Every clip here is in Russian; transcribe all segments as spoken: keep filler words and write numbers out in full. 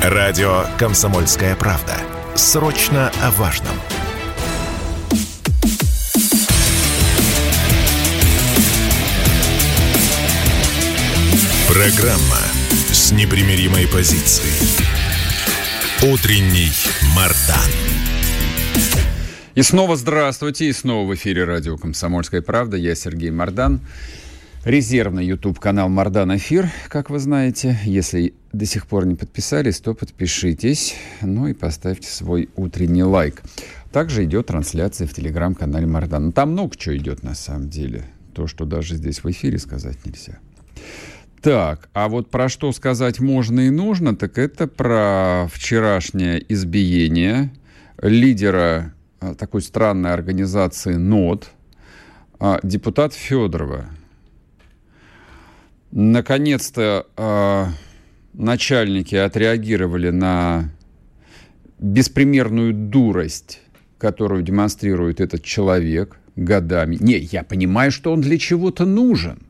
Радио «Комсомольская правда». Срочно о важном. Программа с непримиримой позицией. Утренний Мардан. И снова здравствуйте, и снова в эфире радио «Комсомольская правда». Я Сергей Мардан. Резервный YouTube-канал «Мардан Эфир», как вы знаете. Если до сих пор не подписались, то подпишитесь. Ну и поставьте свой утренний лайк. Также идет трансляция в телеграм-канале «Мардан». Ну, там много чего идет на самом деле. То, что даже здесь в эфире сказать нельзя. Так, а вот про что сказать можно и нужно, так это про вчерашнее избиение лидера такой странной организации НОД, депутата Федорова. Наконец-то э, начальники отреагировали на беспримерную дурость, которую демонстрирует этот человек годами. Не, я понимаю, что он для чего-то нужен.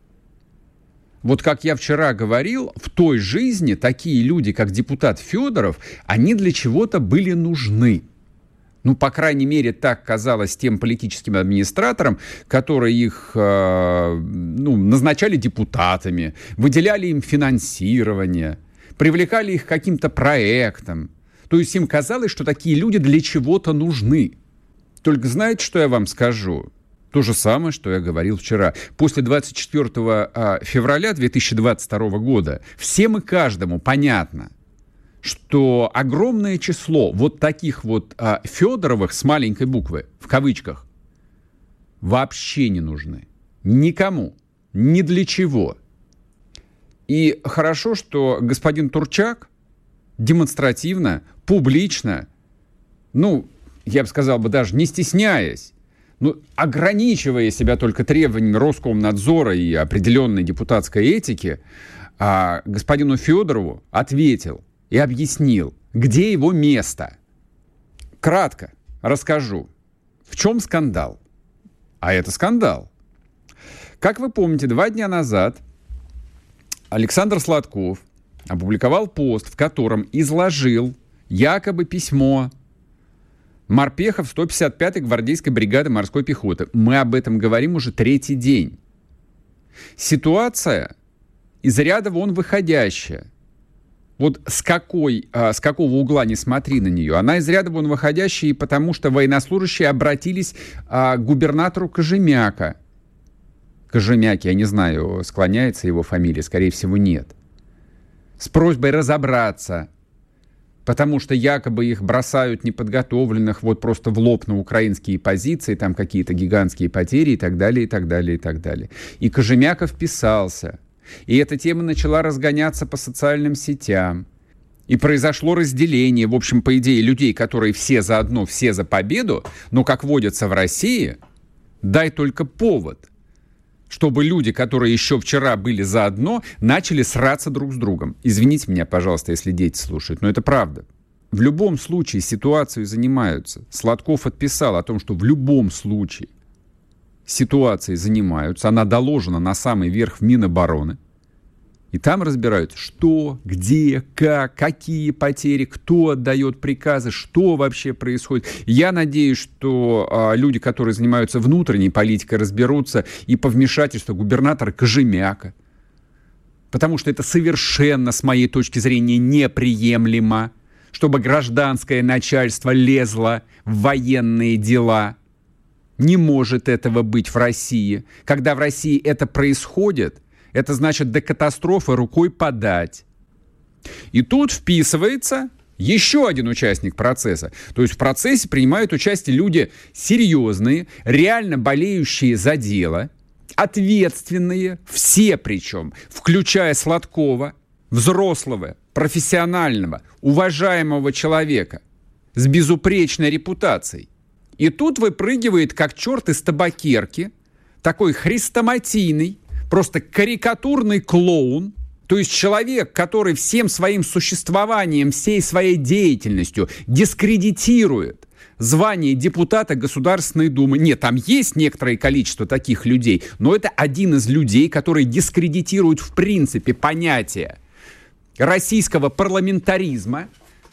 Вот как я вчера говорил, в той жизни такие люди, как депутат Федоров, они для чего-то были нужны. Ну, по крайней мере, так казалось тем политическим администраторам, которые их э, ну, назначали депутатами, выделяли им финансирование, привлекали их к каким-то проектам. То есть им казалось, что такие люди для чего-то нужны. Только знаете, что я вам скажу? То же самое, что я говорил вчера. После двадцать четвёртого февраля две тысячи двадцать второго года всем и каждому понятно, что огромное число вот таких вот а, Федоровых с маленькой буквы, в кавычках, вообще не нужны. Никому. Ни для чего. И хорошо, что господин Турчак демонстративно, публично, ну, я бы сказал бы даже не стесняясь, ну, ограничивая себя только требованиями Роскомнадзора и определенной депутатской этики, а, господину Федорову ответил и объяснил, где его место. Кратко расскажу, в чем скандал. А это скандал. Как вы помните, два дня назад Александр Сладков опубликовал пост, в котором изложил якобы письмо морпехов сто пятьдесят пятой гвардейской бригады морской пехоты. Мы об этом говорим уже третий день. Ситуация из ряда вон выходящая. Вот с, какой, с какого угла не смотри на нее, она из ряда вон выходящая, потому что военнослужащие обратились к губернатору Кожемяка. Кожемяк, я не знаю, склоняется его фамилия, скорее всего, нет. С просьбой разобраться, потому что якобы их бросают неподготовленных вот просто в лоб на украинские позиции, там какие-то гигантские потери и так далее, и так далее, и так далее. И Кожемяков вписался. И эта тема начала разгоняться по социальным сетям. И произошло разделение, в общем, по идее, людей, которые все за одно, все за победу, но, как водится в России, дай только повод, чтобы люди, которые еще вчера были за одно, начали сраться друг с другом. Извините меня, пожалуйста, если дети слушают, но это правда. В любом случае ситуацию занимаются. Сладков отписал о том, что в любом случае ситуацией занимаются, она доложена на самый верх в Минобороны. И там разбираются, что, где, как, какие потери, кто отдает приказы, что вообще происходит. Я надеюсь, что а, люди, которые занимаются внутренней политикой, разберутся и по вмешательству губернатора Кожемяка. Потому что это совершенно, с моей точки зрения, неприемлемо, чтобы гражданское начальство лезло в военные дела. Не может этого быть в России. Когда в России это происходит, это значит до катастрофы рукой подать. И тут вписывается еще один участник процесса. То есть в процессе принимают участие люди серьезные, реально болеющие за дело, ответственные, все причем, включая Сладкова, взрослого, профессионального, уважаемого человека с безупречной репутацией. И тут выпрыгивает, как черт из табакерки, такой хрестоматийный, просто карикатурный клоун, то есть человек, который всем своим существованием, всей своей деятельностью дискредитирует звание депутата Государственной Думы. Нет, там есть некоторое количество таких людей, но это один из людей, которые дискредитируют в принципе понятие российского парламентаризма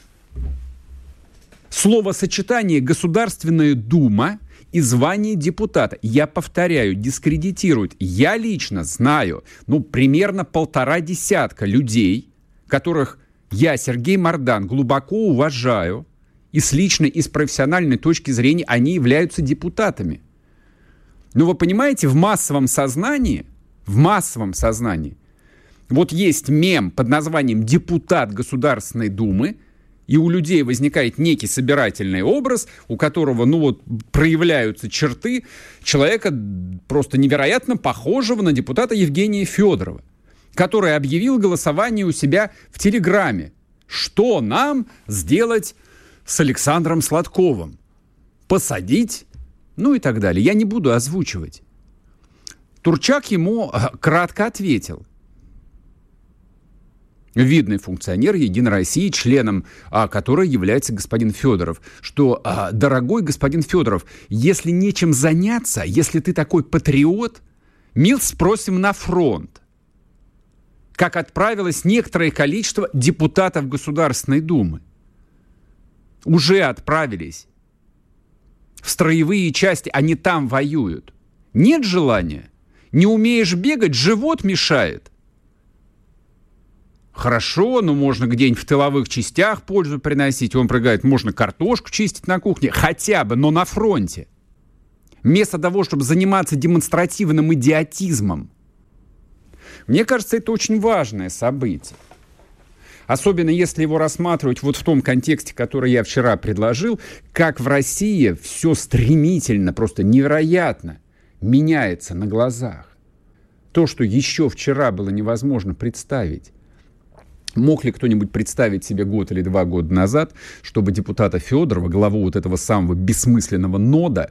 словосочетание «Государственная Дума» и звание депутата. Я повторяю, дискредитирует. Я лично знаю, ну, примерно полтора десятка людей, которых я, Сергей Мардан, глубоко уважаю, и с личной, и с профессиональной точки зрения они являются депутатами. Но вы понимаете, в массовом сознании, в массовом сознании, вот есть мем под названием «Депутат Государственной Думы», и у людей возникает некий собирательный образ, у которого, ну вот, проявляются черты человека просто невероятно похожего на депутата Евгения Федорова, который объявил голосование у себя в Телеграме. Что нам сделать с Александром Сладковым? Посадить? Ну и так далее. Я не буду озвучивать. Турчак ему кратко ответил. Видный функционер «Единой России», членом а, которой является господин Федоров, что, а, дорогой господин Федоров, если нечем заняться, если ты такой патриот, мил спросим на фронт. Как отправилось некоторое количество депутатов Государственной Думы. Уже отправились в строевые части, они там воюют. Нет желания? Не умеешь бегать, живот мешает. Хорошо, но можно где-нибудь в тыловых частях пользу приносить. Он предлагает, можно картошку чистить на кухне. Хотя бы, но на фронте. Вместо того, чтобы заниматься демонстративным идиотизмом. Мне кажется, это очень важное событие. Особенно если его рассматривать вот в том контексте, который я вчера предложил, как в России все стремительно, просто невероятно меняется на глазах. То, что еще вчера было невозможно представить. Мог ли кто-нибудь представить себе год или два года назад, чтобы депутата Федорова, главу вот этого самого бессмысленного нода,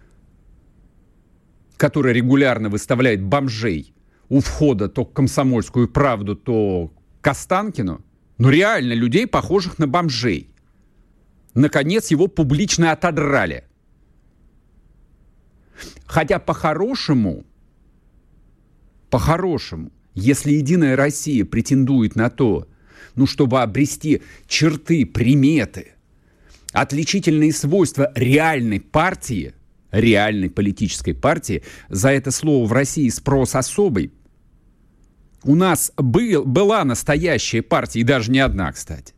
который регулярно выставляет бомжей у входа то к «Комсомольскую правду», то к Останкину, ну реально людей, похожих на бомжей, наконец его публично отодрали. Хотя по-хорошему, по-хорошему, если «Единая Россия» претендует на то, ну, чтобы обрести черты, приметы, отличительные свойства реальной партии, реальной политической партии, за это слово в России спрос особый. У нас был, была настоящая партия, и даже не одна, кстати.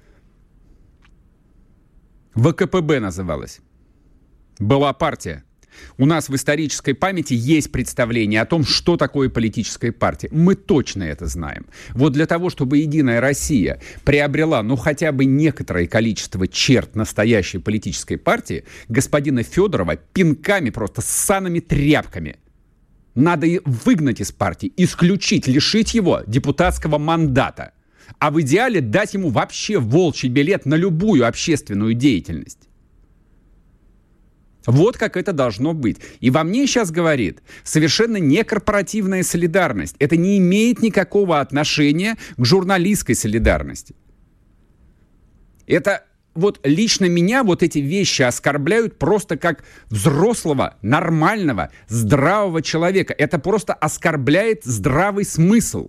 вэ ка пэ бэ называлась. Была партия. У нас в исторической памяти есть представление о том, что такое политическая партия. Мы точно это знаем. Вот для того, чтобы «Единая Россия» приобрела, ну, хотя бы некоторое количество черт настоящей политической партии, господина Федорова пинками, просто ссаными тряпками надо выгнать из партии, исключить, лишить его депутатского мандата. А в идеале дать ему вообще волчий билет на любую общественную деятельность. Вот как это должно быть. И во мне сейчас говорит совершенно не корпоративная солидарность. Это не имеет никакого отношения к журналистской солидарности. Это вот лично меня вот эти вещи оскорбляют просто как взрослого, нормального, здравого человека. Это просто оскорбляет здравый смысл.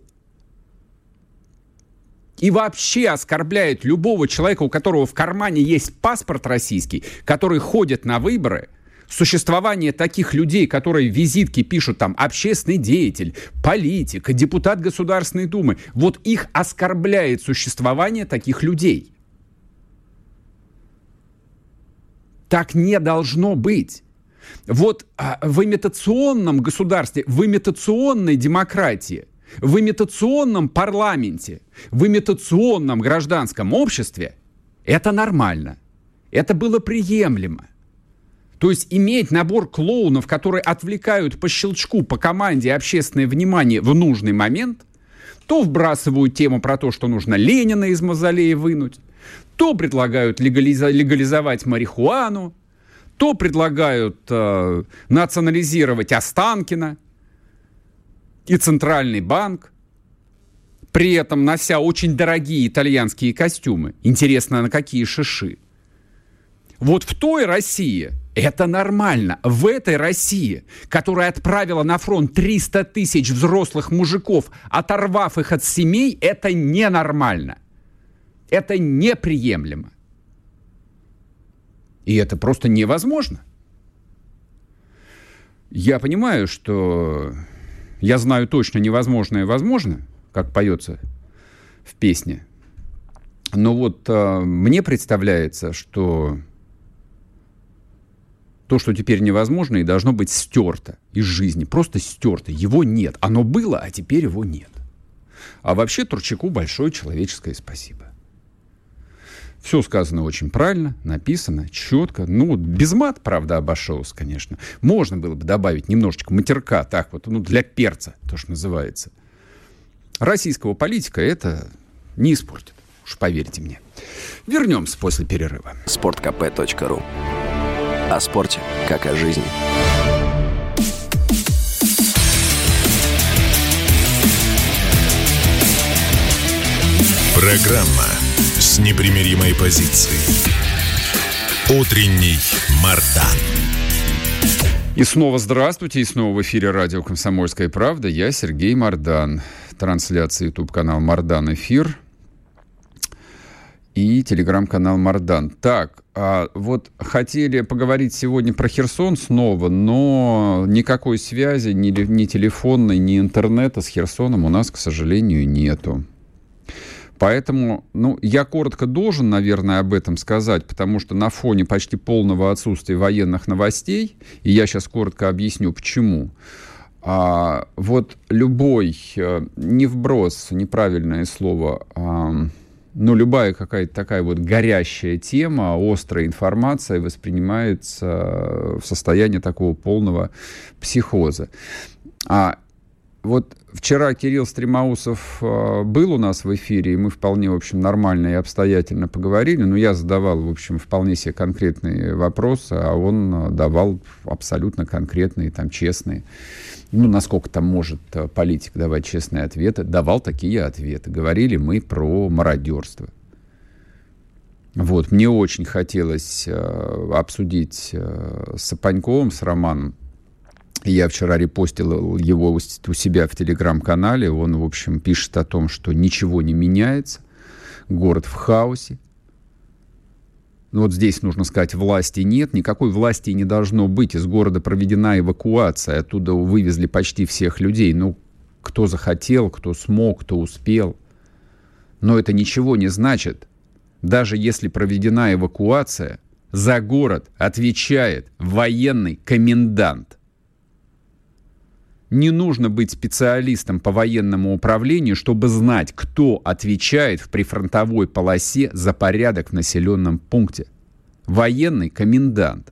И вообще оскорбляет любого человека, у которого в кармане есть паспорт российский, который ходит на выборы. Существование таких людей, которые визитки пишут там общественный деятель, политик, депутат Государственной Думы, вот их оскорбляет существование таких людей. Так не должно быть. Вот в имитационном государстве, в имитационной демократии, в имитационном парламенте, в имитационном гражданском обществе это нормально. Это было приемлемо. То есть иметь набор клоунов, которые отвлекают по щелчку, по команде общественное внимание в нужный момент, то вбрасывают тему про то, что нужно Ленина из мавзолея вынуть, то предлагают легализа- легализовать марихуану, то предлагают э, национализировать Останкино и Центральный банк, при этом нося очень дорогие итальянские костюмы. Интересно, на какие шиши. Вот в той России, Это нормально. В этой России, которая отправила на фронт триста тысяч взрослых мужиков, оторвав их от семей, это ненормально. Это неприемлемо. И это просто невозможно. Я понимаю, что я знаю точно невозможное возможно, как поется в песне. Но вот а, мне представляется, что то, что теперь невозможно, и должно быть стерто из жизни. Просто стерто. Его нет. Оно было, а теперь его нет. А вообще Турчаку большое человеческое спасибо. Все сказано очень правильно, написано четко. Ну, без мат, правда, обошелся, конечно. Можно было бы добавить немножечко матерка, так вот, ну, для перца, то, что называется. Российского политика это не испортит. Уж поверьте мне. Вернемся после перерыва. спорт кей пи точка ру. О спорте, как о жизни. Программа с непримиримой позицией. Утренний Мардан. И снова здравствуйте, и снова в эфире радио «Комсомольская правда». Я Сергей Мардан. Трансляция YouTube-канал «Мардан Эфир» и телеграм-канал «Мардан». Так, а вот хотели поговорить сегодня про Херсон снова, но никакой связи, ни, ни телефонной, ни интернета с Херсоном у нас, к сожалению, нету. Поэтому, ну, я коротко должен, наверное, об этом сказать, потому что на фоне почти полного отсутствия военных новостей, и я сейчас коротко объясню, почему, а, вот любой, не вброс, неправильное слово, а, но любая какая-то такая вот горящая тема, острая информация воспринимается в состоянии такого полного психоза. А вот вчера Кирилл Стремоусов э, был у нас в эфире, и мы вполне, в общем, нормально и обстоятельно поговорили, но я задавал, в общем, вполне себе конкретные вопросы, а он давал абсолютно конкретные, там, честные, ну, насколько там может политик давать честные ответы, давал такие ответы. Говорили мы про мародерство. Вот, мне очень хотелось э, обсудить э, с Сапаньковым, с Романом. Я вчера репостил его у себя в телеграм-канале. Он, в общем, пишет о том, что ничего не меняется. Город в хаосе. Ну, вот здесь нужно сказать, власти нет. Никакой власти не должно быть. Из города проведена эвакуация. Оттуда вывезли почти всех людей. Ну, кто захотел, кто смог, кто успел. Но это ничего не значит. Даже если проведена эвакуация, за город отвечает военный комендант. Не нужно быть специалистом по военному управлению, чтобы знать, кто отвечает в прифронтовой полосе за порядок в населенном пункте. Военный комендант.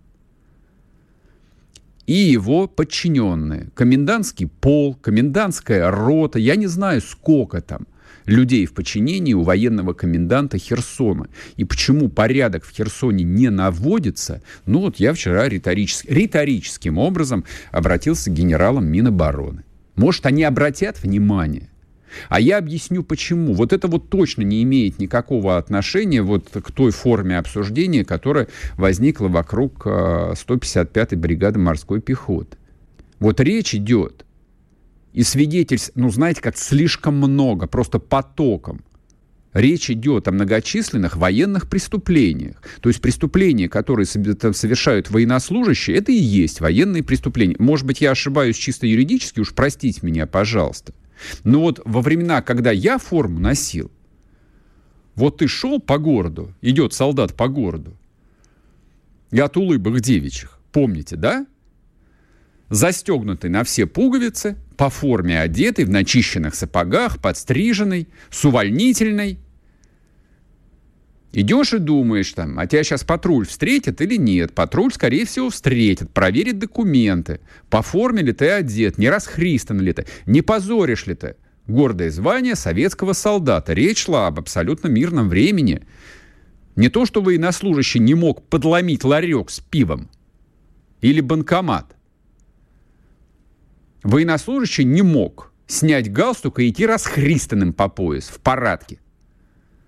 И его подчиненные. Комендантский полк, комендантская рота. Я не знаю, сколько там людей в подчинении у военного коменданта Херсона. И почему порядок в Херсоне не наводится, ну вот я вчера риторически, риторическим образом обратился к генералам Минобороны. Может, они обратят внимание? А я объясню, почему. Вот это вот точно не имеет никакого отношения вот к той форме обсуждения, которая возникла вокруг сто пятьдесят пятой бригады морской пехоты. Вот речь идет и свидетельств, ну, знаете, как слишком много, просто потоком. Речь идет о многочисленных военных преступлениях. То есть преступления, которые совершают военнослужащие, это и есть военные преступления. Может быть, я ошибаюсь чисто юридически, уж простите меня, пожалуйста. Но вот во времена, когда я форму носил, вот ты шел по городу, идет солдат по городу, и от улыбок девичьих, помните, да? Застегнутый на все пуговицы, по форме одетый, в начищенных сапогах, подстриженный, с увольнительной. Идешь и думаешь, там, а тебя сейчас патруль встретит или нет? Патруль, скорее всего, встретит, проверит документы. По форме ли ты одет, не расхристан ли ты, не позоришь ли ты гордое звание советского солдата. Речь шла об абсолютно мирном времени. Не то, что военнослужащий не мог подломить ларек с пивом или банкомат. Военнослужащий не мог снять галстук и идти расхристанным по пояс, в парадке.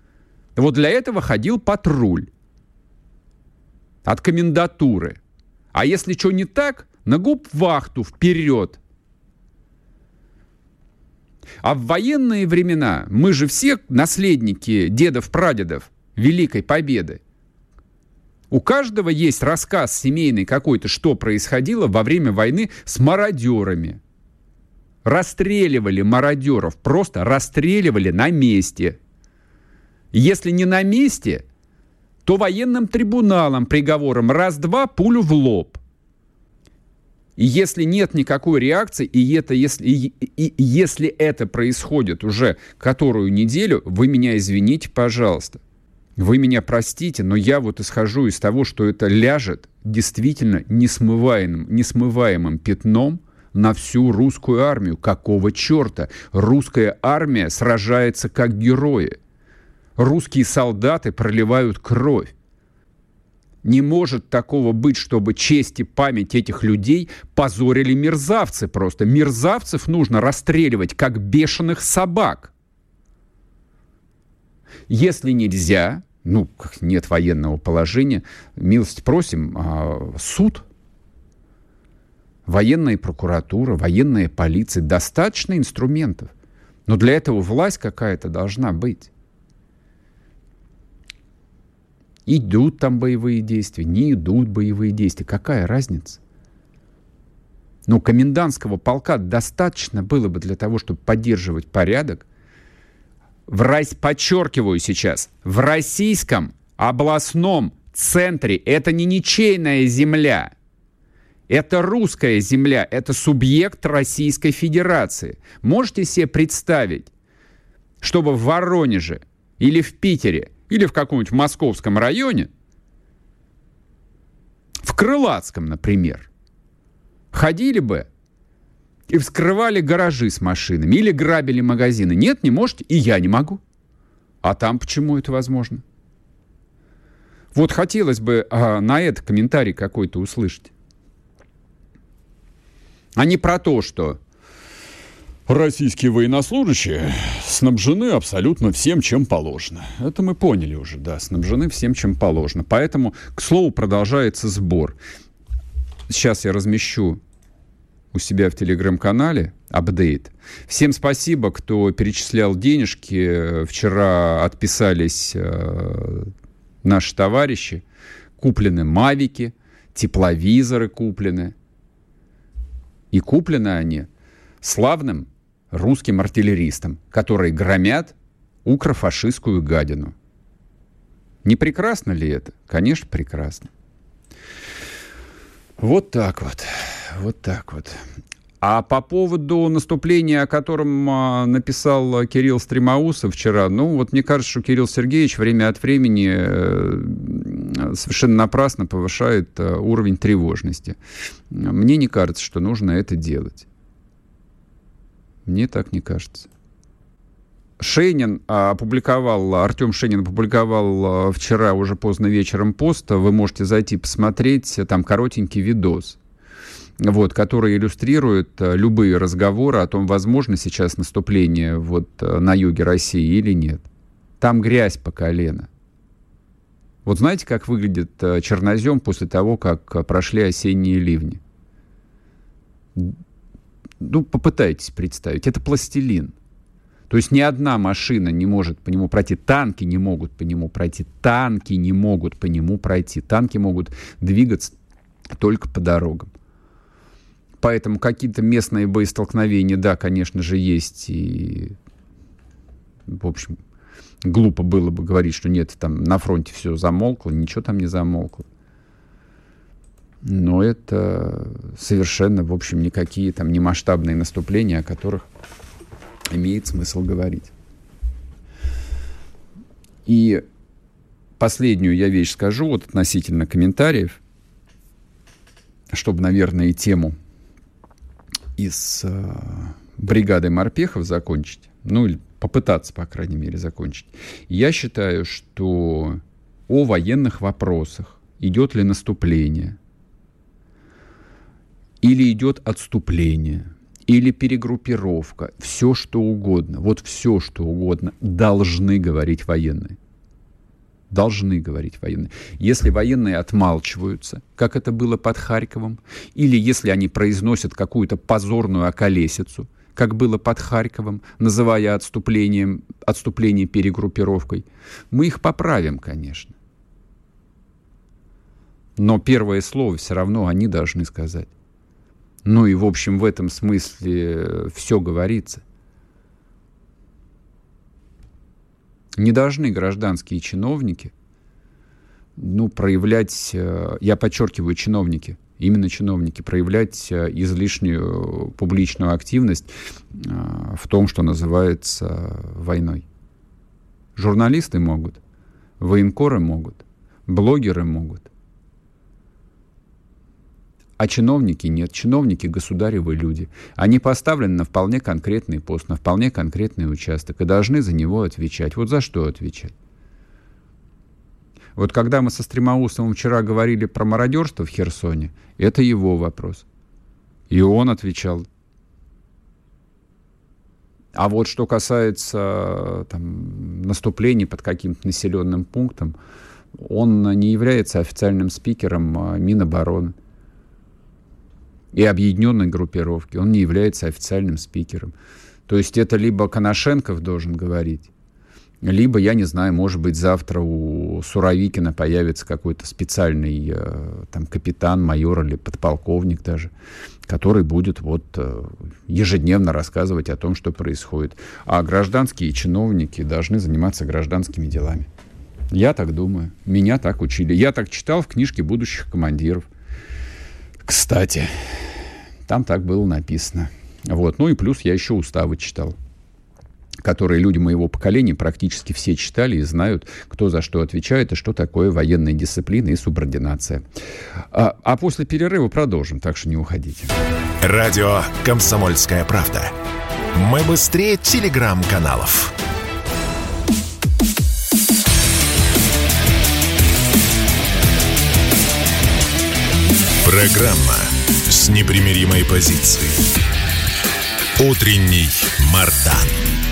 Вот для этого ходил патруль от комендатуры. А если что не так, на гауптвахту вперед. А в военные времена мы же все наследники дедов-прадедов Великой Победы. У каждого есть рассказ семейный какой-то, что происходило во время войны с мародерами. Расстреливали мародеров, просто расстреливали на месте. Если не на месте, то военным трибуналом приговором раз-два пулю в лоб. И если нет никакой реакции, и, это, если, и, и, и если это происходит уже которую неделю, вы меня извините, пожалуйста. Вы меня простите, но я вот исхожу из того, что это ляжет действительно несмываемым, несмываемым пятном на всю русскую армию. Какого черта? Русская армия сражается как герои. Русские солдаты проливают кровь. Не может такого быть, чтобы честь и память этих людей позорили мерзавцы просто. Мерзавцев нужно расстреливать, как бешеных собак. Если нельзя, ну, как нет военного положения, милость просим, а, суд, военная прокуратура, военная полиция, достаточно инструментов. Но для этого власть какая-то должна быть. Идут там боевые действия, не идут боевые действия. Какая разница? Ну, комендантского полка достаточно было бы для того, чтобы поддерживать порядок. В, подчеркиваю сейчас, в российском областном центре это не ничейная земля. Это русская земля, это субъект Российской Федерации. Можете себе представить, чтобы в Воронеже или в Питере или в каком-нибудь московском районе, в Крылатском, например, ходили бы и вскрывали гаражи с машинами или грабили магазины? Нет, не можете, и я не могу. А там почему это возможно? Вот хотелось бы а, на это комментарий какой-то услышать. А не про то, что российские военнослужащие снабжены абсолютно всем, чем положено. Это мы поняли уже, да, снабжены всем, чем положено. Поэтому, к слову, продолжается сбор. Сейчас я размещу у себя в телеграм-канале апдейт. Всем спасибо, кто перечислял денежки. Вчера отписались э, наши товарищи. Куплены мавики, тепловизоры куплены. И куплены они славным русским артиллеристам, которые громят укрофашистскую гадину. Не прекрасно ли это? Конечно, прекрасно. Вот так вот. Вот так вот. А по поводу наступления, о котором а, написал Кирилл Стремоусов вчера, ну, вот мне кажется, что Кирилл Сергеевич время от времени э, совершенно напрасно повышает э, уровень тревожности. Мне не кажется, что нужно это делать. Мне так не кажется. Шейнин опубликовал, Артем Шейнин опубликовал вчера уже поздно вечером пост. Вы можете зайти посмотреть, там коротенький видос, вот, который иллюстрирует любые разговоры о том, возможно сейчас наступление вот на юге России или нет. Там грязь по колено. Вот знаете, как выглядит чернозем после того, как прошли осенние ливни? Ну, попытайтесь представить. Это пластилин. То есть ни одна машина не может по нему пройти. Танки не могут по нему пройти. Танки не могут по нему пройти. Танки могут двигаться только по дорогам. Поэтому какие-то местные боестолкновения, да, конечно же, есть. И, в общем, глупо было бы говорить, что нет, там на фронте все замолкло. Ничего там не замолкло. Но это совершенно, в общем, никакие там не масштабные наступления, о которых имеет смысл говорить. И последнюю я вещь скажу вот относительно комментариев, чтобы, наверное, и тему из э, бригады морпехов закончить, ну, или попытаться, по крайней мере, закончить. Я считаю, что о военных вопросах, идет ли наступление, или идет отступление, или перегруппировка, все что угодно, вот все что угодно должны говорить военные. Должны говорить военные. Если военные отмалчиваются, как это было под Харьковом, или если они произносят какую-то позорную околесицу, как было под Харьковом, называя отступлением, отступление перегруппировкой, мы их поправим, конечно. Но первое слово все равно они должны сказать. Ну и, в общем, в этом смысле все говорится. Не должны гражданские чиновники, ну, проявлять, я подчеркиваю, чиновники, именно чиновники, проявлять излишнюю публичную активность в том, что называется войной. Журналисты могут, военкоры могут, блогеры могут. А чиновники нет. Чиновники — государевы люди. Они поставлены на вполне конкретный пост, на вполне конкретный участок и должны за него отвечать. Вот за что отвечать? Вот когда мы со Стремоусовым вчера говорили про мародерство в Херсоне, это его вопрос. И он отвечал. А вот что касается там, наступлений под каким-то населенным пунктом, он не является официальным спикером Минобороны и объединенной группировки. Он не является официальным спикером. То есть это либо Коношенков должен говорить, либо, я не знаю, может быть, завтра у Суровикина появится какой-то специальный э, там, капитан, майор или подполковник даже, который будет вот, э, ежедневно рассказывать о том, что происходит. А гражданские чиновники должны заниматься гражданскими делами. Я так думаю. Меня так учили. Я так читал в книжке будущих командиров. Кстати, там так было написано. Вот. Ну и плюс я еще уставы читал, которые люди моего поколения практически все читали и знают, кто за что отвечает и что такое военная дисциплина и субординация. А, а после перерыва продолжим, так что не уходите. Радио «Комсомольская правда». Мы быстрее телеграм-каналов. Программа с непримиримой позицией. Утренний Мардан.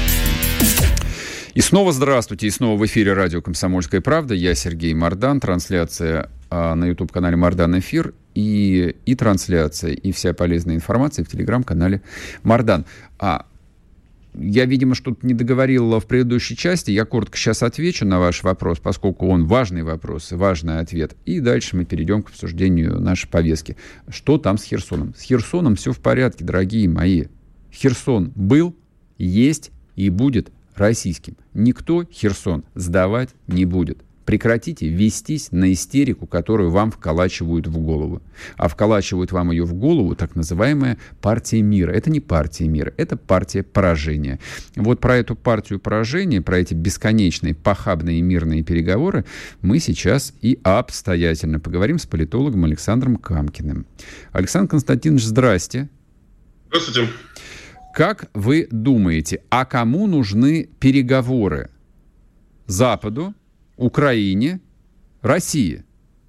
И снова здравствуйте, и снова в эфире радио «Комсомольская правда». Я Сергей Мардан, трансляция а, на YouTube-канале «Мардан Эфир» и, и трансляция, и вся полезная информация в телеграм-канале «Мардан». А, я, видимо, что-то не договорил в предыдущей части. Я коротко сейчас отвечу на ваш вопрос, поскольку он важный вопрос и важный ответ. И дальше мы перейдем к обсуждению нашей повестки. Что там с Херсоном? С Херсоном все в порядке, дорогие мои. Херсон был, есть и будет российским. Никто Херсон сдавать не будет. Прекратите вестись на истерику, которую вам вколачивают в голову. А вколачивают вам ее в голову так называемая партия мира. Это не партия мира, это партия поражения. Вот про эту партию поражения, про эти бесконечные похабные мирные переговоры мы сейчас и обстоятельно поговорим с политологом Александром Камкиным. Александр Константинович, здрасте. Здравствуйте. Как вы думаете, а кому нужны переговоры? Западу, Украине, России?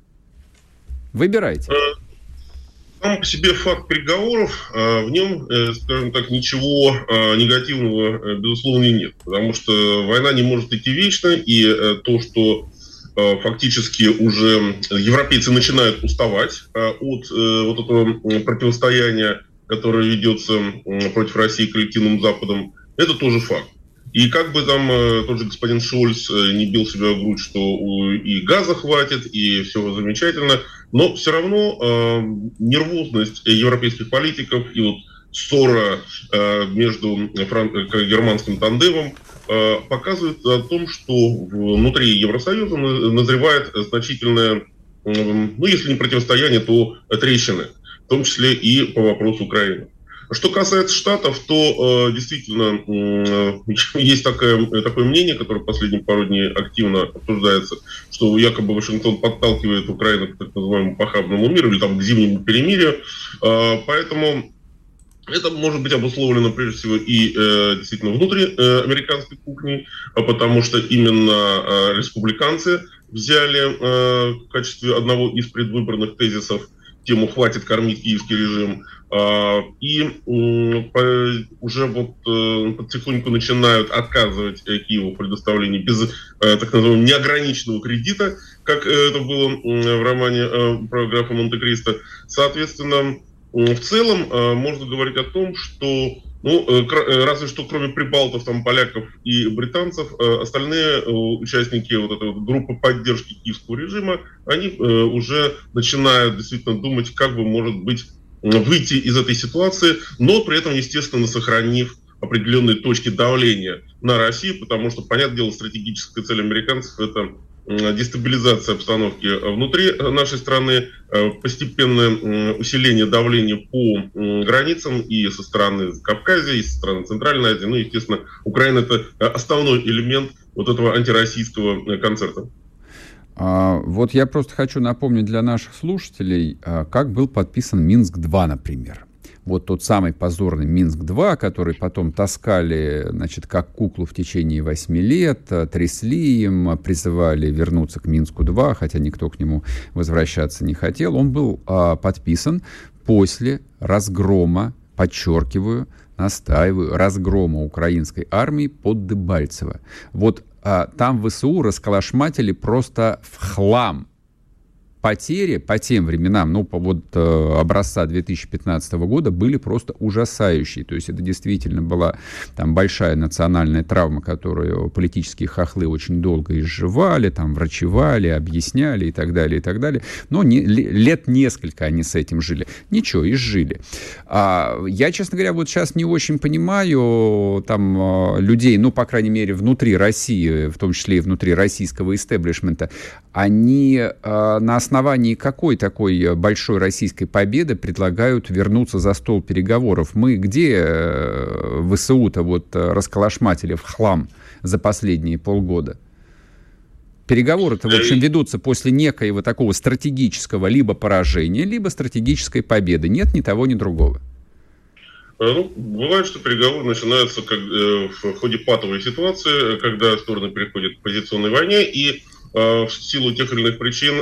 Выбирайте. Сам по себе факт переговоров, в нем, скажем так, ничего негативного, безусловно, нет. Потому что война не может идти вечно, и то, что фактически уже европейцы начинают уставать от вот этого противостояния, которое ведется против России коллективным Западом, это тоже факт. И как бы там тот же господин Шольц не бил себя в грудь, что и газа хватит, и все замечательно, но все равно э, нервозность европейских политиков и вот ссора э, между фран- германским тандемом э, показывает о том, что внутри Евросоюза назревает значительное, э, ну если не противостояние, то трещины, в том числе и по вопросу Украины. Что касается Штатов, то э, действительно э, есть такое, такое мнение, которое в последние пару дней активно обсуждается, что якобы Вашингтон подталкивает Украину к так называемому похабному миру или там, к зимнему перемирию. Э, поэтому это может быть обусловлено прежде всего и э, действительно внутри э, американской кухни, а потому что именно э, республиканцы взяли э, в качестве одного из предвыборных тезисов тему «Хватит кормить киевский режим». И уже вот потихоньку начинают отказывать Киеву в предоставлении без так называемого неограниченного кредита, как это было в романе про графа Монте-Кристо. Соответственно, в целом можно говорить о том, что, ну, разве что кроме прибалтов, там, поляков и британцев, остальные участники вот этой вот группы поддержки киевского режима, они уже начинают действительно думать, как бы, может быть, выйти из этой ситуации, но при этом, естественно, сохранив определенные точки давления на Россию, потому что, понятное дело, стратегическая цель американцев – это дестабилизация обстановки внутри нашей страны, постепенное усиление давления по границам и со стороны Кавказа, и со стороны Центральной Азии. Ну, естественно, Украина – это основной элемент вот этого антироссийского концерта. А, вот я просто хочу напомнить для наших слушателей, а, как был подписан Минск-два, например. Вот тот самый позорный Минск-два, который потом таскали, значит, как куклу в течение восьми лет, трясли им, призывали вернуться к Минску-два, хотя никто к нему возвращаться не хотел. Он был а, подписан после разгрома, подчеркиваю, настаиваю, разгрома украинской армии под Дебальцево. Вот а, там ВСУ расколошматили просто в хлам. Потери по тем временам, ну, по вот э, образца две тысячи пятнадцатого года, были просто ужасающие. То есть это действительно была там большая национальная травма, которую политические хохлы очень долго изживали, там, врачевали, объясняли и так далее, и так далее. Но не, лет несколько они с этим жили. Ничего, изжили. А, я, честно говоря, вот сейчас не очень понимаю там людей, ну, по крайней мере, внутри России, в том числе и внутри российского истеблишмента, они э, на основании На основании какой такой большой российской победы предлагают вернуться за стол переговоров? Мы где ВСУ-то вот расколошматили в хлам за последние полгода? Переговоры-то, в общем, ведутся после некоего такого стратегического либо поражения, либо стратегической победы. Нет ни того, ни другого. Ну, бывает, что переговоры начинаются как, э, в ходе патовой ситуации, когда стороны переходят к позиционной войне, и в силу тех или иных причин,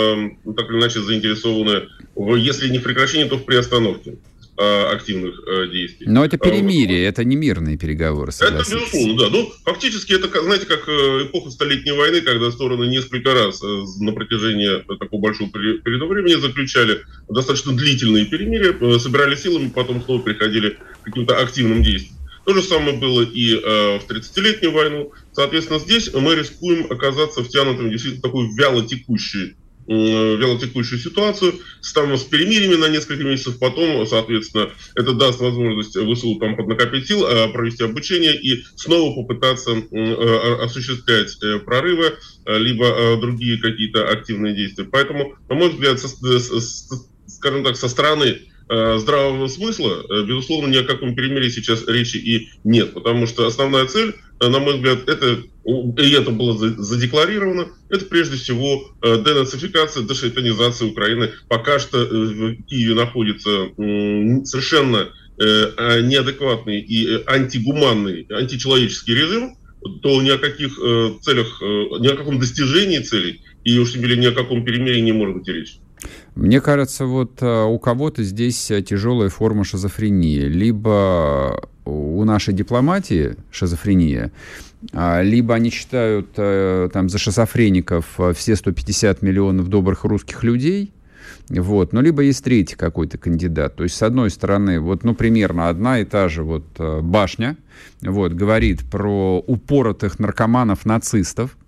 так или иначе заинтересованы, если не в прекращении, то в приостановке активных действий. Но это перемирие, вот. Это не мирные переговоры, согласитесь. Это безусловно, да. Ну, фактически это, знаете, как эпоха Столетней войны, когда стороны несколько раз на протяжении такого большого периода времени заключали достаточно длительные перемирия, собирали силами, потом снова приходили к каким-то активным действиям. То же самое было и э, в тридцатилетнюю войну. Соответственно, здесь мы рискуем оказаться втянутым в действительно такую вялотекущую, э, вялотекущую ситуацию с, там, с перемириями на несколько месяцев. Потом, соответственно, это даст возможность ВСУ там поднакопить сил, э, провести обучение и снова попытаться э, осуществлять э, прорывы, э, либо э, другие какие-то активные действия. Поэтому, на мой взгляд, со, со, со, скажем так, со стороны здравого смысла, безусловно, ни о каком перемирии сейчас речи и нет, потому что основная цель, на мой взгляд, это, и это было задекларировано, это прежде всего денацификация, дешайтанизация Украины. Пока что в Киеве находится совершенно неадекватный и антигуманный, античеловеческий режим, то ни о каких целях, ни о каком достижении целей, и уж тем более ни о каком перемирии не может быть и речи. Мне кажется, вот у кого-то здесь тяжелая форма шизофрении. Либо у нашей дипломатии шизофрения, либо они считают там, за шизофреников все сто пятьдесят миллионов добрых русских людей, вот, ну, либо есть третий какой-то кандидат. То есть, с одной стороны, вот, ну, примерно одна и та же вот башня, вот, говорит про упоротых наркоманов-нацистов.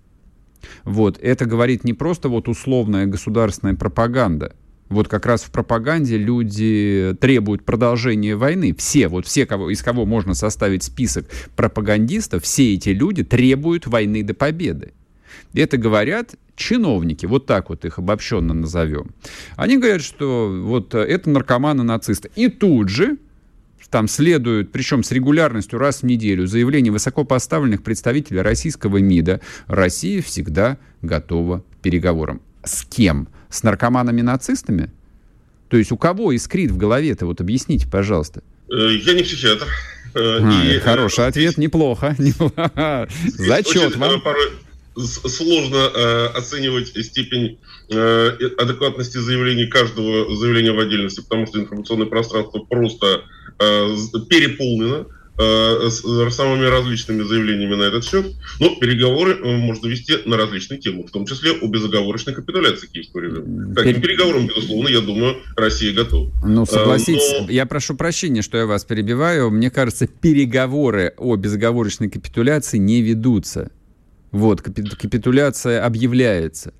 Вот, это говорит не просто вот условная государственная пропаганда. Вот как раз в пропаганде люди требуют продолжения войны. Все, вот все, кого, из кого можно составить список пропагандистов, все эти люди требуют войны до победы. Это говорят чиновники, вот так вот их обобщенно назовем. Они говорят, что вот это наркоманы-нацисты. И тут же там следует, причем с регулярностью раз в неделю, заявление высокопоставленных представителей российского МИДа: Россия всегда готова к переговорам. С кем? С наркоманами-нацистами? То есть у кого искрит в голове-то? Вот объясните, пожалуйста. Я не психиатр. А, и, хороший ответ, неплохо. Зачет вам. сложно э, оценивать степень э, адекватности заявлений каждого заявления в отдельности, потому что информационное пространство просто э, переполнено э, с самыми различными заявлениями на этот счет. Но переговоры э, можно вести на различные темы, в том числе о безоговорочной капитуляции киевского режима. К таким переговорам, безусловно, я думаю, Россия готова. Ну, согласитесь, Но... я прошу прощения, что я вас перебиваю. Мне кажется, переговоры о безоговорочной капитуляции не ведутся. Вот, капитуляция объявляется.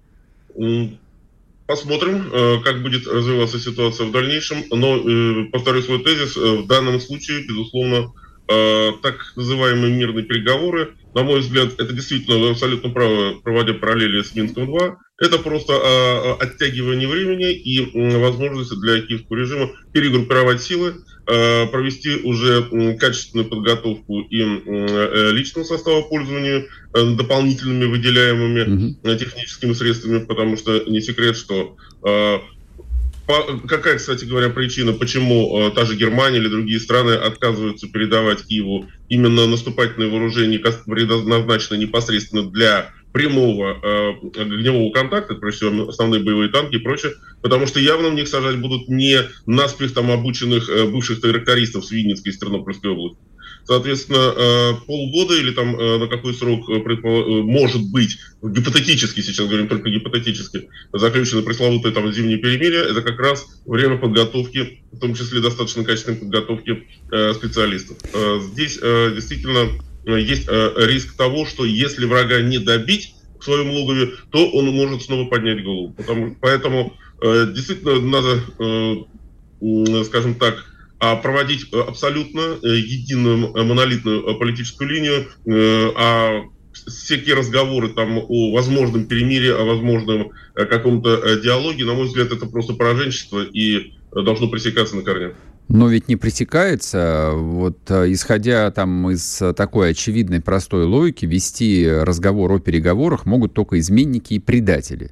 Посмотрим, как будет развиваться ситуация в дальнейшем. Но, повторю свой тезис, в данном случае, безусловно, так называемые мирные переговоры, на мой взгляд, это действительно, вы абсолютно правы, проводя параллели с Минском-два, это просто оттягивание времени и возможность для киевского режима перегруппировать силы, провести уже качественную подготовку и личного состава пользования дополнительными выделяемыми mm-hmm. техническими средствами, потому что не секрет, что... По, какая, кстати говоря, причина, почему э, та же Германия или другие страны отказываются передавать Киеву именно наступательные вооружения, предназначенные непосредственно для прямого э, огневого контакта, прежде всего основные боевые танки и прочее, потому что явно в них сажать будут не наспех там обученных э, бывших трактористов с Винницкой и Тернопольской области. Соответственно, э, полгода или там э, на какой срок э, предпол... может быть, гипотетически, сейчас говорим только гипотетически, заключено пресловутое там зимнее перемирие, это как раз время подготовки, в том числе достаточно качественной подготовки э, специалистов. Э, здесь э, действительно э, есть э, риск того, что если врага не добить в своем логове, то он может снова поднять голову. Потому, поэтому э, действительно надо, э, скажем так, проводить абсолютно единую монолитную политическую линию, а всякие разговоры там о возможном перемирии, о возможном каком-то диалоге, на мой взгляд, это просто пораженчество и должно пресекаться на корню. Но ведь не пресекается. Вот исходя там из такой очевидной простой логики, вести разговор о переговорах могут только изменники и предатели.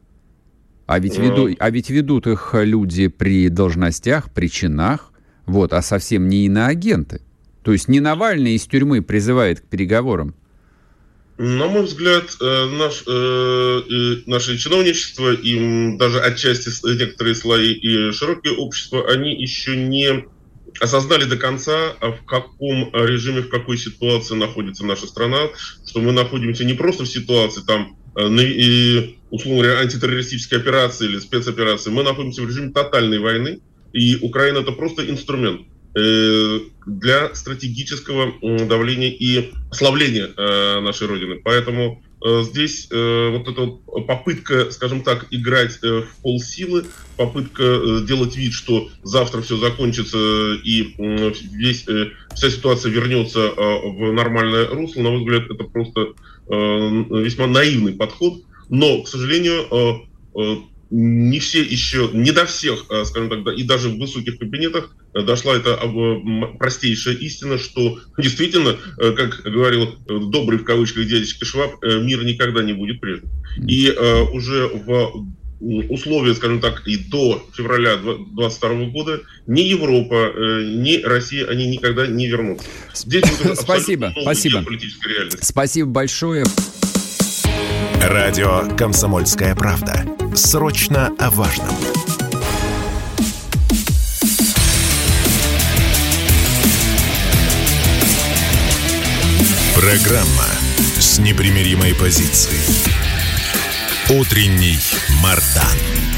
А ведь, веду, а ведь ведут их люди при должностях, при чинах, вот, а совсем не иноагенты. То есть не Навальный из тюрьмы призывает к переговорам. На мой взгляд, наш, наше чиновничество и даже отчасти некоторые слои и широкие общества, они еще не осознали до конца, в каком режиме, в какой ситуации находится наша страна, что мы находимся не просто в ситуации там, условно говоря, антитеррористической операции или спецоперации, мы находимся в режиме тотальной войны. И Украина — это просто инструмент э, для стратегического э, давления и ослабления э, нашей Родины. Поэтому э, здесь э, вот эта вот попытка, скажем так, играть э, в полсилы, попытка э, делать вид, что завтра все закончится и э, весь, э, вся ситуация вернется э, в нормальное русло, на мой взгляд, это просто э, весьма наивный подход. Но, к сожалению, э, э, не все еще, не до всех, скажем так, и даже в высоких кабинетах дошла эта простейшая истина, что действительно, как говорил добрый в кавычках дядечка Шваб, мир никогда не будет прежним. И уже в условиях, скажем так, и до февраля двадцать второго года ни Европа, ни Россия, они никогда не вернутся. Здесь будет спасибо, спасибо. Политическая реальность. Спасибо большое. Радио «Комсомольская правда». Срочно о важном. Программа с непримиримой позицией. Утренний Мардан.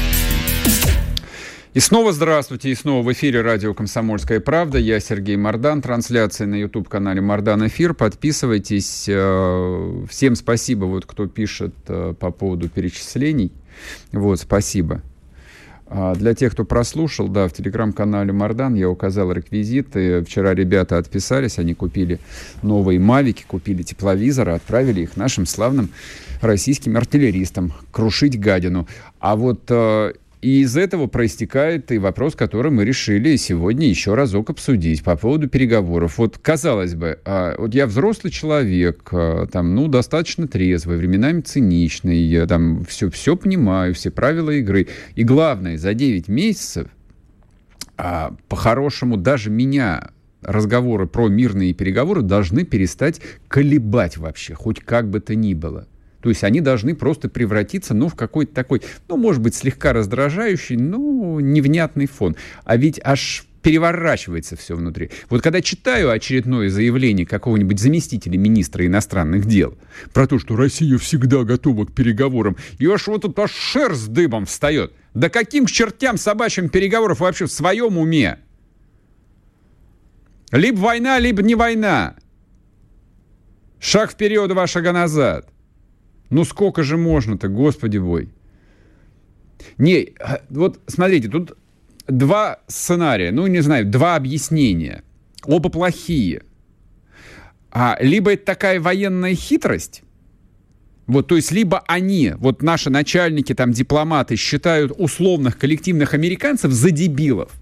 И снова здравствуйте, и снова в эфире радио «Комсомольская правда». Я Сергей Мардан, трансляция на YouTube-канале «Мардан Эфир». Подписывайтесь. Всем спасибо, вот, кто пишет по поводу перечислений. Вот, спасибо. Для тех, кто прослушал, да, в телеграм-канале Мардан я указал реквизиты. Вчера ребята отписались, они купили новые мавики, купили тепловизоры, отправили их нашим славным российским артиллеристам крушить гадину. А вот... И из этого проистекает и вопрос, который мы решили сегодня еще разок обсудить по поводу переговоров. Вот, казалось бы, вот я взрослый человек, там, ну, достаточно трезвый, временами циничный, я там все, все понимаю, все правила игры. И главное, за девять месяцев, по-хорошему, даже меня разговоры про мирные переговоры должны перестать колебать вообще, хоть как бы то ни было. То есть они должны просто превратиться, ну, в какой-то такой, ну, может быть, слегка раздражающий, ну, невнятный фон. А ведь аж переворачивается все внутри. Вот когда читаю очередное заявление какого-нибудь заместителя министра иностранных дел про то, что Россия всегда готова к переговорам, и аж вот тут аж шерсть дыбом встает. Да каким к чертям собачьим переговоров вообще в своем уме? Либо война, либо не война. Шаг вперед, два шага назад. Ну сколько же можно-то, господи бой. Не, вот смотрите, тут два сценария, ну не знаю, два объяснения. Оба плохие. А, либо это такая военная хитрость, вот, то есть либо они, вот наши начальники, там, дипломаты, считают условных коллективных американцев за дебилов.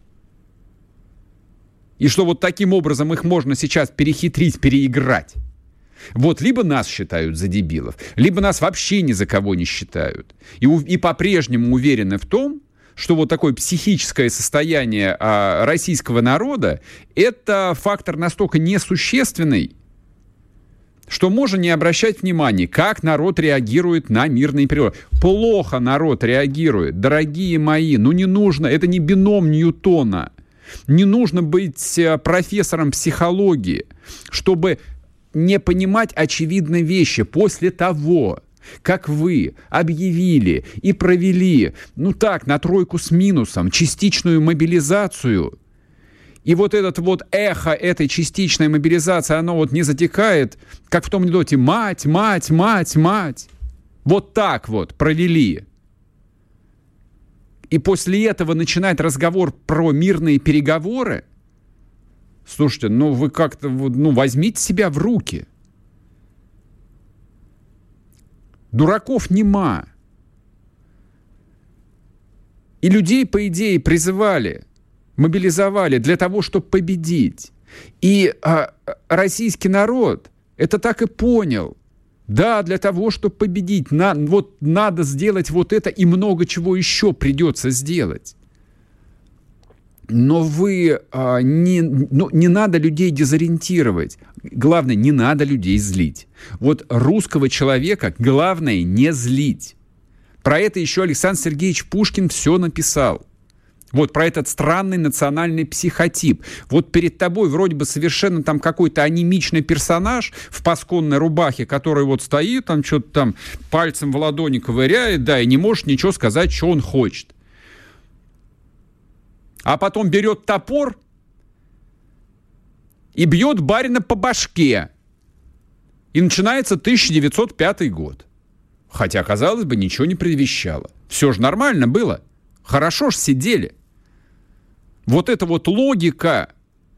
И что вот таким образом их можно сейчас перехитрить, переиграть. Вот либо нас считают за дебилов, либо нас вообще ни за кого не считают. И, и по-прежнему уверены в том, что вот такое психическое состояние а, российского народа — это фактор настолько несущественный, что можно не обращать внимания, как народ реагирует на мирные переговоры. Плохо народ реагирует, дорогие мои, ну не нужно, это не бином Ньютона. Не нужно быть профессором психологии, чтобы не понимать очевидные вещи. После того, как вы объявили и провели, ну так, на тройку с минусом, частичную мобилизацию, и вот это вот эхо этой частичной мобилизации, оно вот не затекает, как в том анекдоте «мать, мать, мать, мать». Вот так вот провели. И после этого начинает разговор про мирные переговоры. Слушайте, ну вы как-то, ну возьмите себя в руки. Дураков нема. И людей, по идее, призывали, мобилизовали для того, чтобы победить. И а, российский народ это так и понял. Да, для того, чтобы победить, на, вот надо сделать вот это, и много чего еще придется сделать. Но вы а, не, ну, не надо людей дезориентировать. Главное, не надо людей злить. Вот русского человека главное не злить. Про это еще Александр Сергеевич Пушкин все написал. Вот про этот странный национальный психотип. Вот перед тобой вроде бы совершенно там какой-то анемичный персонаж в пасконной рубахе, который вот стоит, там что-то там пальцем в ладони ковыряет, да, и не может ничего сказать, что он хочет. А потом берет топор и бьет барина по башке. И начинается тысяча девятьсот пятый год. Хотя, казалось бы, ничего не предвещало. Все же нормально было. Хорошо ж сидели. Вот эта вот логика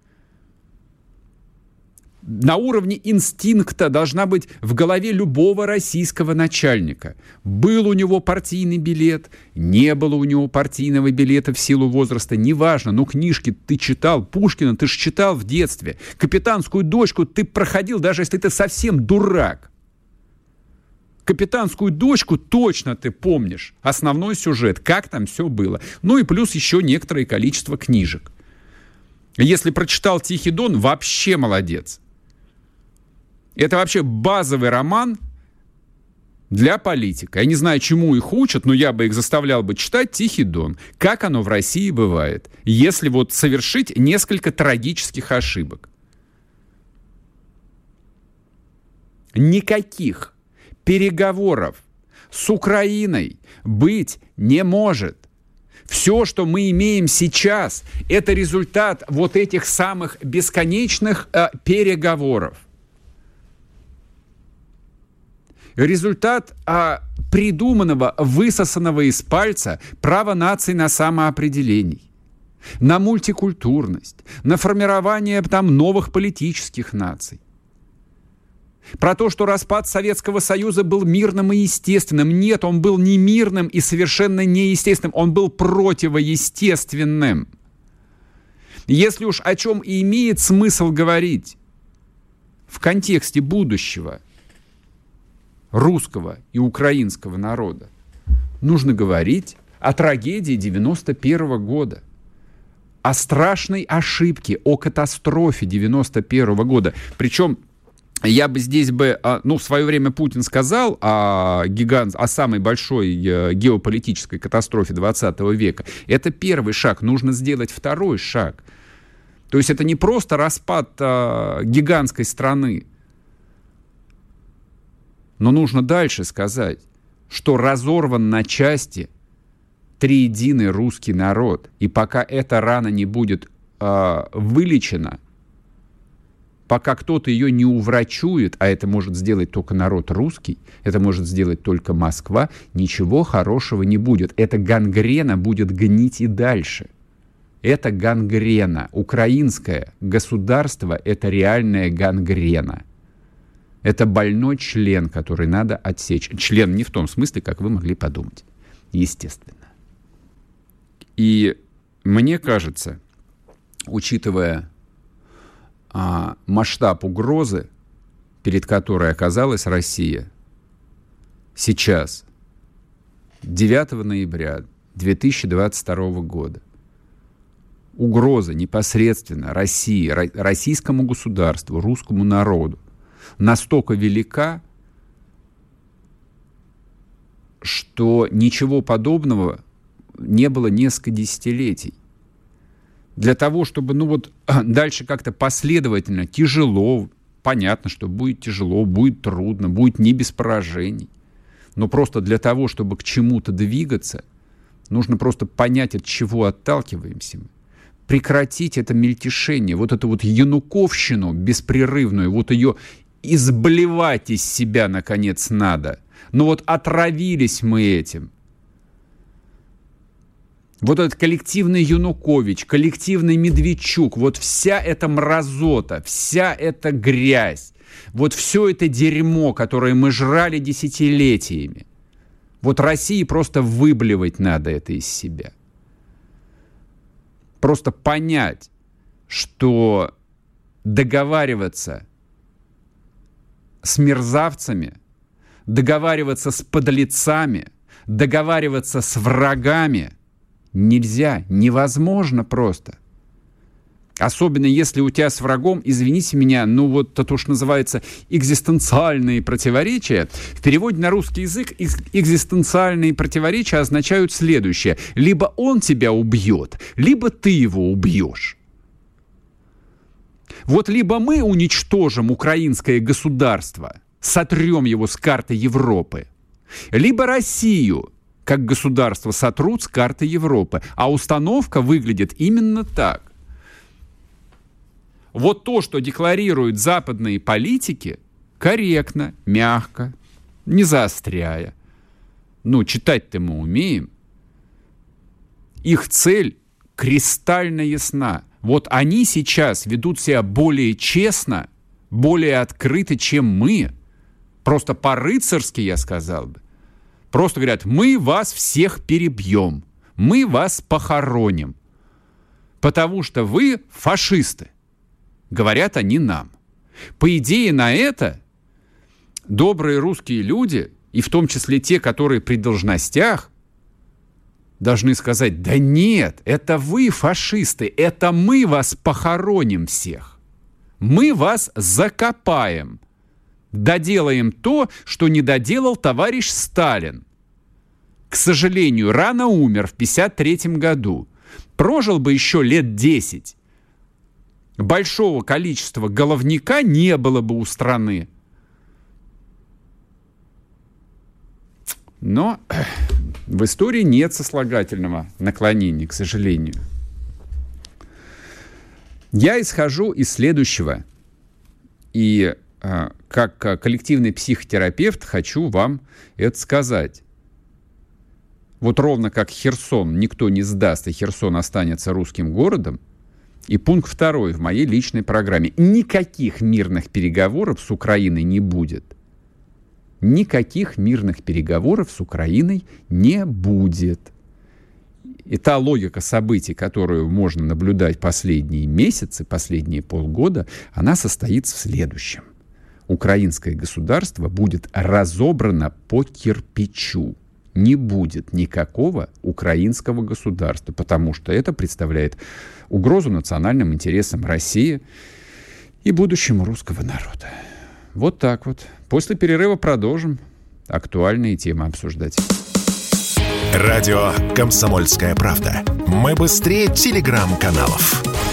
на уровне инстинкта должна быть в голове любого российского начальника. Был у него партийный билет, не было у него партийного билета в силу возраста, неважно, но книжки ты читал, Пушкина ты же читал в детстве, «Капитанскую дочку» ты проходил, даже если ты совсем дурак. «Капитанскую дочку» точно ты помнишь. Основной сюжет, как там все было. Ну и плюс еще некоторое количество книжек. Если прочитал «Тихий Дон», вообще молодец. Это вообще базовый роман для политика. Я не знаю, чему их учат, но я бы их заставлял бы читать «Тихий Дон». Как оно в России бывает, если вот совершить несколько трагических ошибок. Никаких переговоров с Украиной быть не может. Все, что мы имеем сейчас, это результат вот этих самых бесконечных э, переговоров. Результат э, придуманного, высосанного из пальца права наций на самоопределение, на мультикультурность, на формирование там новых политических наций. Про то, что распад Советского Союза был мирным и естественным. Нет, он был не мирным и совершенно неестественным. Он был противоестественным. Если уж о чем и имеет смысл говорить в контексте будущего русского и украинского народа, нужно говорить о трагедии девяносто первого года, о страшной ошибке, о катастрофе девяносто первого года. Причем Я бы здесь бы, ну, в свое время Путин сказал о, гигант, о самой большой геополитической катастрофе двадцатого века. Это первый шаг, нужно сделать второй шаг. То есть это не просто распад а, гигантской страны, но нужно дальше сказать, что разорван на части триединый русский народ. И пока эта рана не будет а, вылечена, пока кто-то ее не уврачует, а это может сделать только народ русский, это может сделать только Москва, ничего хорошего не будет. Эта гангрена будет гнить и дальше. Это гангрена. Украинское государство — это реальная гангрена. Это больной член, который надо отсечь. Член не в том смысле, как вы могли подумать. Естественно. И мне кажется, учитывая а, масштаб угрозы, перед которой оказалась Россия, сейчас, девятого ноября две тысячи двадцать второго года, угроза непосредственно России, российскому государству, русскому народу настолько велика, что ничего подобного не было несколько десятилетий. Для того, чтобы, ну вот, дальше как-то последовательно, тяжело, понятно, что будет тяжело, будет трудно, будет не без поражений, но просто для того, чтобы к чему-то двигаться, нужно просто понять, от чего отталкиваемся мы. Прекратить это мельтешение, вот эту вот януковщину беспрерывную, вот ее изблевать из себя, наконец, надо. Но вот отравились мы этим. Вот этот коллективный Янукович, коллективный Медведчук, вот вся эта мразота, вся эта грязь, вот все это дерьмо, которое мы жрали десятилетиями, вот России просто выблевать надо это из себя. Просто понять, что договариваться с мерзавцами, договариваться с подлецами, договариваться с врагами нельзя, невозможно просто. Особенно если у тебя с врагом, извините меня, ну вот это уж называется экзистенциальные противоречия. В переводе на русский язык экзистенциальные противоречия означают следующее. Либо он тебя убьет, либо ты его убьешь. Вот либо мы уничтожим украинское государство, сотрем его с карты Европы, либо Россию как государство сотрут с карты Европы. А установка выглядит именно так. Вот то, что декларируют западные политики, корректно, мягко, не заостряя. Ну, читать-то мы умеем. Их цель кристально ясна. Вот они сейчас ведут себя более честно, более открыто, чем мы. Просто по-рыцарски, я сказал бы. Просто говорят, мы вас всех перебьем, мы вас похороним, потому что вы фашисты. Говорят они нам. По идее, на это добрые русские люди, и в том числе те, которые при должностях, должны сказать, да нет, это вы фашисты, это мы вас похороним всех. Мы вас закопаем. Доделаем то, что не доделал товарищ Сталин. К сожалению, рано умер в пятьдесят третьем году. Прожил бы еще лет десять. Большого количества головняка не было бы у страны. Но в истории нет сослагательного наклонения, к сожалению. Я исхожу из следующего. И как коллективный психотерапевт хочу вам это сказать. Вот ровно как Херсон никто не сдаст, и Херсон останется русским городом. И пункт второй в моей личной программе. Никаких мирных переговоров с Украиной не будет. Никаких мирных переговоров с Украиной не будет. И та логика событий, которую можно наблюдать последние месяцы, последние полгода, она состоит в следующем. Украинское государство будет разобрано по кирпичу. Не будет никакого украинского государства, потому что это представляет угрозу национальным интересам России и будущему русского народа. Вот так вот. После перерыва продолжим актуальные темы обсуждать. Радио «Комсомольская правда». Мы быстрее телеграм-каналов.